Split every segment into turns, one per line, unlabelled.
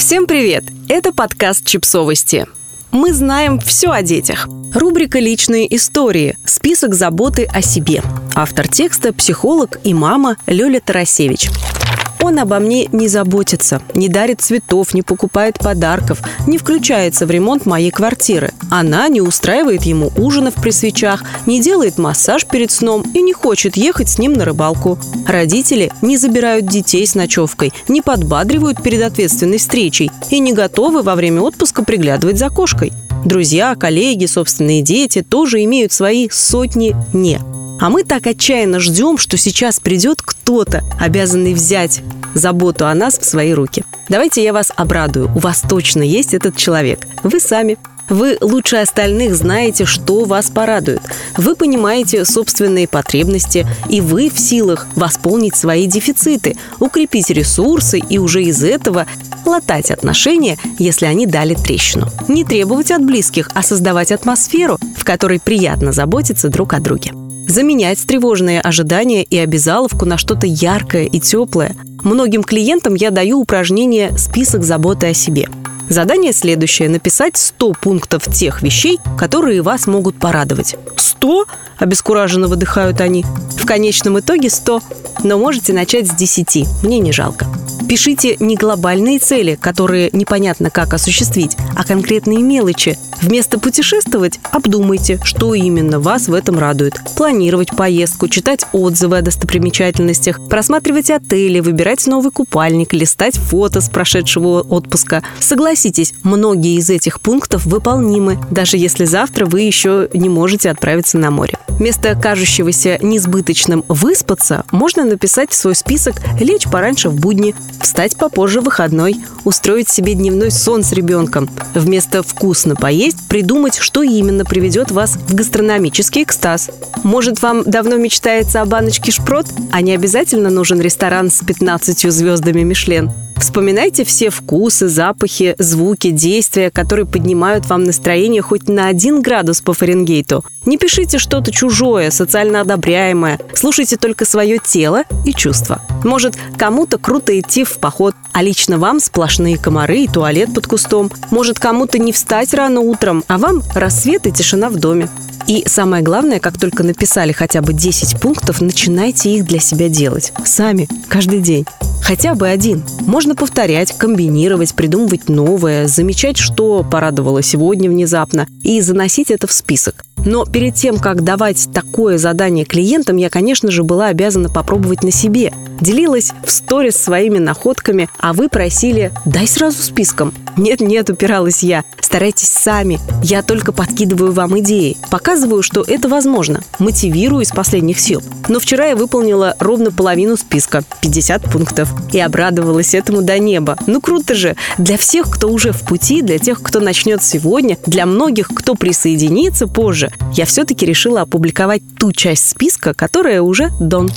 Всем привет! Это подкаст «Чипсовости». Мы знаем все о детях. Рубрика «Личные истории». Список заботы о себе. Автор текста – психолог и мама Лёля Тарасевич. Он обо мне не заботится, не дарит цветов, не покупает подарков, не включается в ремонт моей квартиры. Она не устраивает ему ужинов при свечах, не делает массаж перед сном и не хочет ехать с ним на рыбалку. Родители не забирают детей с ночевкой, не подбадривают перед ответственной встречей и не готовы во время отпуска приглядывать за кошкой. Друзья, коллеги, собственные дети тоже имеют свои сотни «не». А мы так отчаянно ждем, что сейчас придет кто-то, обязанный взять заботу о нас в свои руки. Давайте я вас обрадую. У вас точно есть этот человек. Вы сами. Вы лучше остальных знаете, что вас порадует. Вы понимаете собственные потребности, и вы в силах восполнить свои дефициты, укрепить ресурсы и уже из этого латать отношения, если они дали трещину. Не требовать от близких, а создавать атмосферу, в которой приятно заботиться друг о друге. Заменять тревожные ожидания и обязаловку на что-то яркое и теплое. Многим клиентам я даю упражнение «Список заботы о себе». Задание следующее – написать 100 пунктов тех вещей, которые вас могут порадовать. 100? Обескураженно выдыхают они. В конечном итоге 100, но можете начать с 10, мне не жалко. Пишите не глобальные цели, которые непонятно как осуществить, а конкретные мелочи. Вместо путешествовать обдумайте, что именно вас в этом радует. Планировать поездку, читать отзывы о достопримечательностях, просматривать отели, выбирать новый купальник, листать фото с прошедшего отпуска. Согласитесь, многие из этих пунктов выполнимы, даже если завтра вы еще не можете отправиться на море. Вместо кажущегося несбыточным «выспаться» можно написать в свой список «лечь пораньше в будни», встать попозже в выходной, устроить себе дневной сон с ребенком. Вместо «вкусно поесть» придумать, что именно приведет вас в гастрономический экстаз. Может, вам давно мечтается о баночке шпрот, а не обязательно нужен ресторан с 15 звездами Мишлен? Вспоминайте все вкусы, запахи, звуки, действия, которые поднимают вам настроение хоть на 1 градус по Фаренгейту. Не пишите что-то чужое, социально одобряемое. Слушайте только свое тело и чувства. Может, кому-то круто идти в поход, а лично вам сплошные комары и туалет под кустом. Может, кому-то не встать рано утром, а вам рассвет и тишина в доме. И самое главное, как только написали хотя бы 10 пунктов, начинайте их для себя делать. Сами, каждый день. Хотя бы один. Можно повторять, комбинировать, придумывать новое, замечать, что порадовало сегодня внезапно, и заносить это в список. Но перед тем, как давать такое задание клиентам, я, конечно же, была обязана попробовать на себе. Делилась в сторис своими находками, а вы просили «дай сразу списком». Нет, упиралась я. Старайтесь сами. Я только подкидываю вам идеи. Показываю, что это возможно. Мотивирую из последних сил. Но вчера я выполнила ровно половину списка – 50 пунктов. И обрадовалась этому до неба. Ну круто же! Для всех, кто уже в пути, для тех, кто начнет сегодня, для многих, кто присоединится позже, я все-таки решила опубликовать ту часть списка, которая уже done.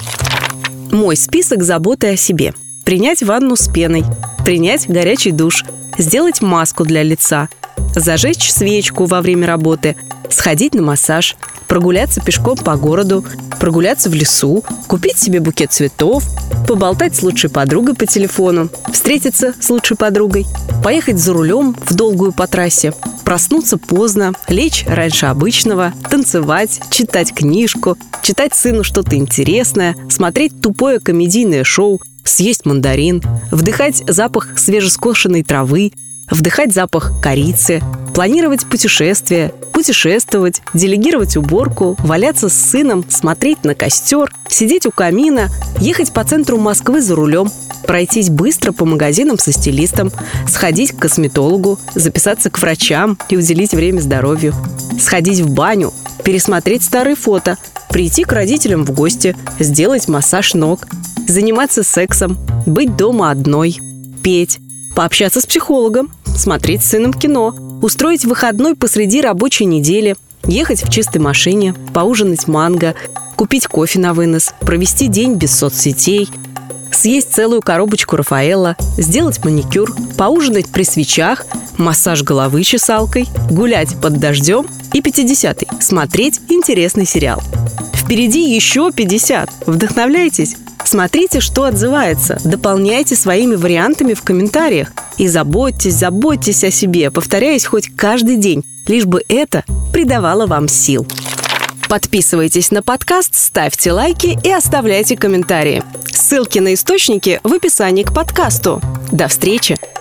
Мой список заботы о себе. Принять ванну с пеной. Принять горячий душ. Сделать маску для лица. Зажечь свечку во время работы. Сходить на массаж. Прогуляться пешком по городу. Прогуляться в лесу. Купить себе букет цветов. Поболтать с лучшей подругой по телефону. Встретиться с лучшей подругой. Поехать за рулем в долгую по трассе. Проснуться поздно. Лечь раньше обычного. Танцевать. Читать книжку. Читать сыну что-то интересное. Смотреть тупое комедийное шоу. Съесть мандарин. Вдыхать запах свежескошенной травы. Вдыхать запах корицы. Планировать путешествия. Путешествовать. Делегировать уборку. Валяться с сыном. Смотреть на костер. Сидеть у камина. Ехать по центру Москвы за рулем. Пройтись быстро по магазинам со стилистом. Сходить к косметологу. Записаться к врачам и уделить время здоровью. Сходить в баню. Пересмотреть старые фото. Прийти к родителям в гости. Сделать массаж ног. Заниматься сексом. Быть дома одной. Петь. Пообщаться с психологом. Смотреть с сыном кино. Устроить выходной посреди рабочей недели. Ехать в чистой машине. Поужинать манго. Купить кофе на вынос. Провести день без соцсетей. Съесть целую коробочку Рафаэлло. Сделать маникюр. Поужинать при свечах. Массаж головы чесалкой. Гулять под дождем. И 50-й. Смотреть интересный сериал. Впереди еще 50. Вдохновляйтесь. Смотрите, что отзывается, дополняйте своими вариантами в комментариях. И заботьтесь о себе, повторяясь хоть каждый день, лишь бы это придавало вам сил. Подписывайтесь на подкаст, ставьте лайки и оставляйте комментарии. Ссылки на источники в описании к подкасту. До встречи!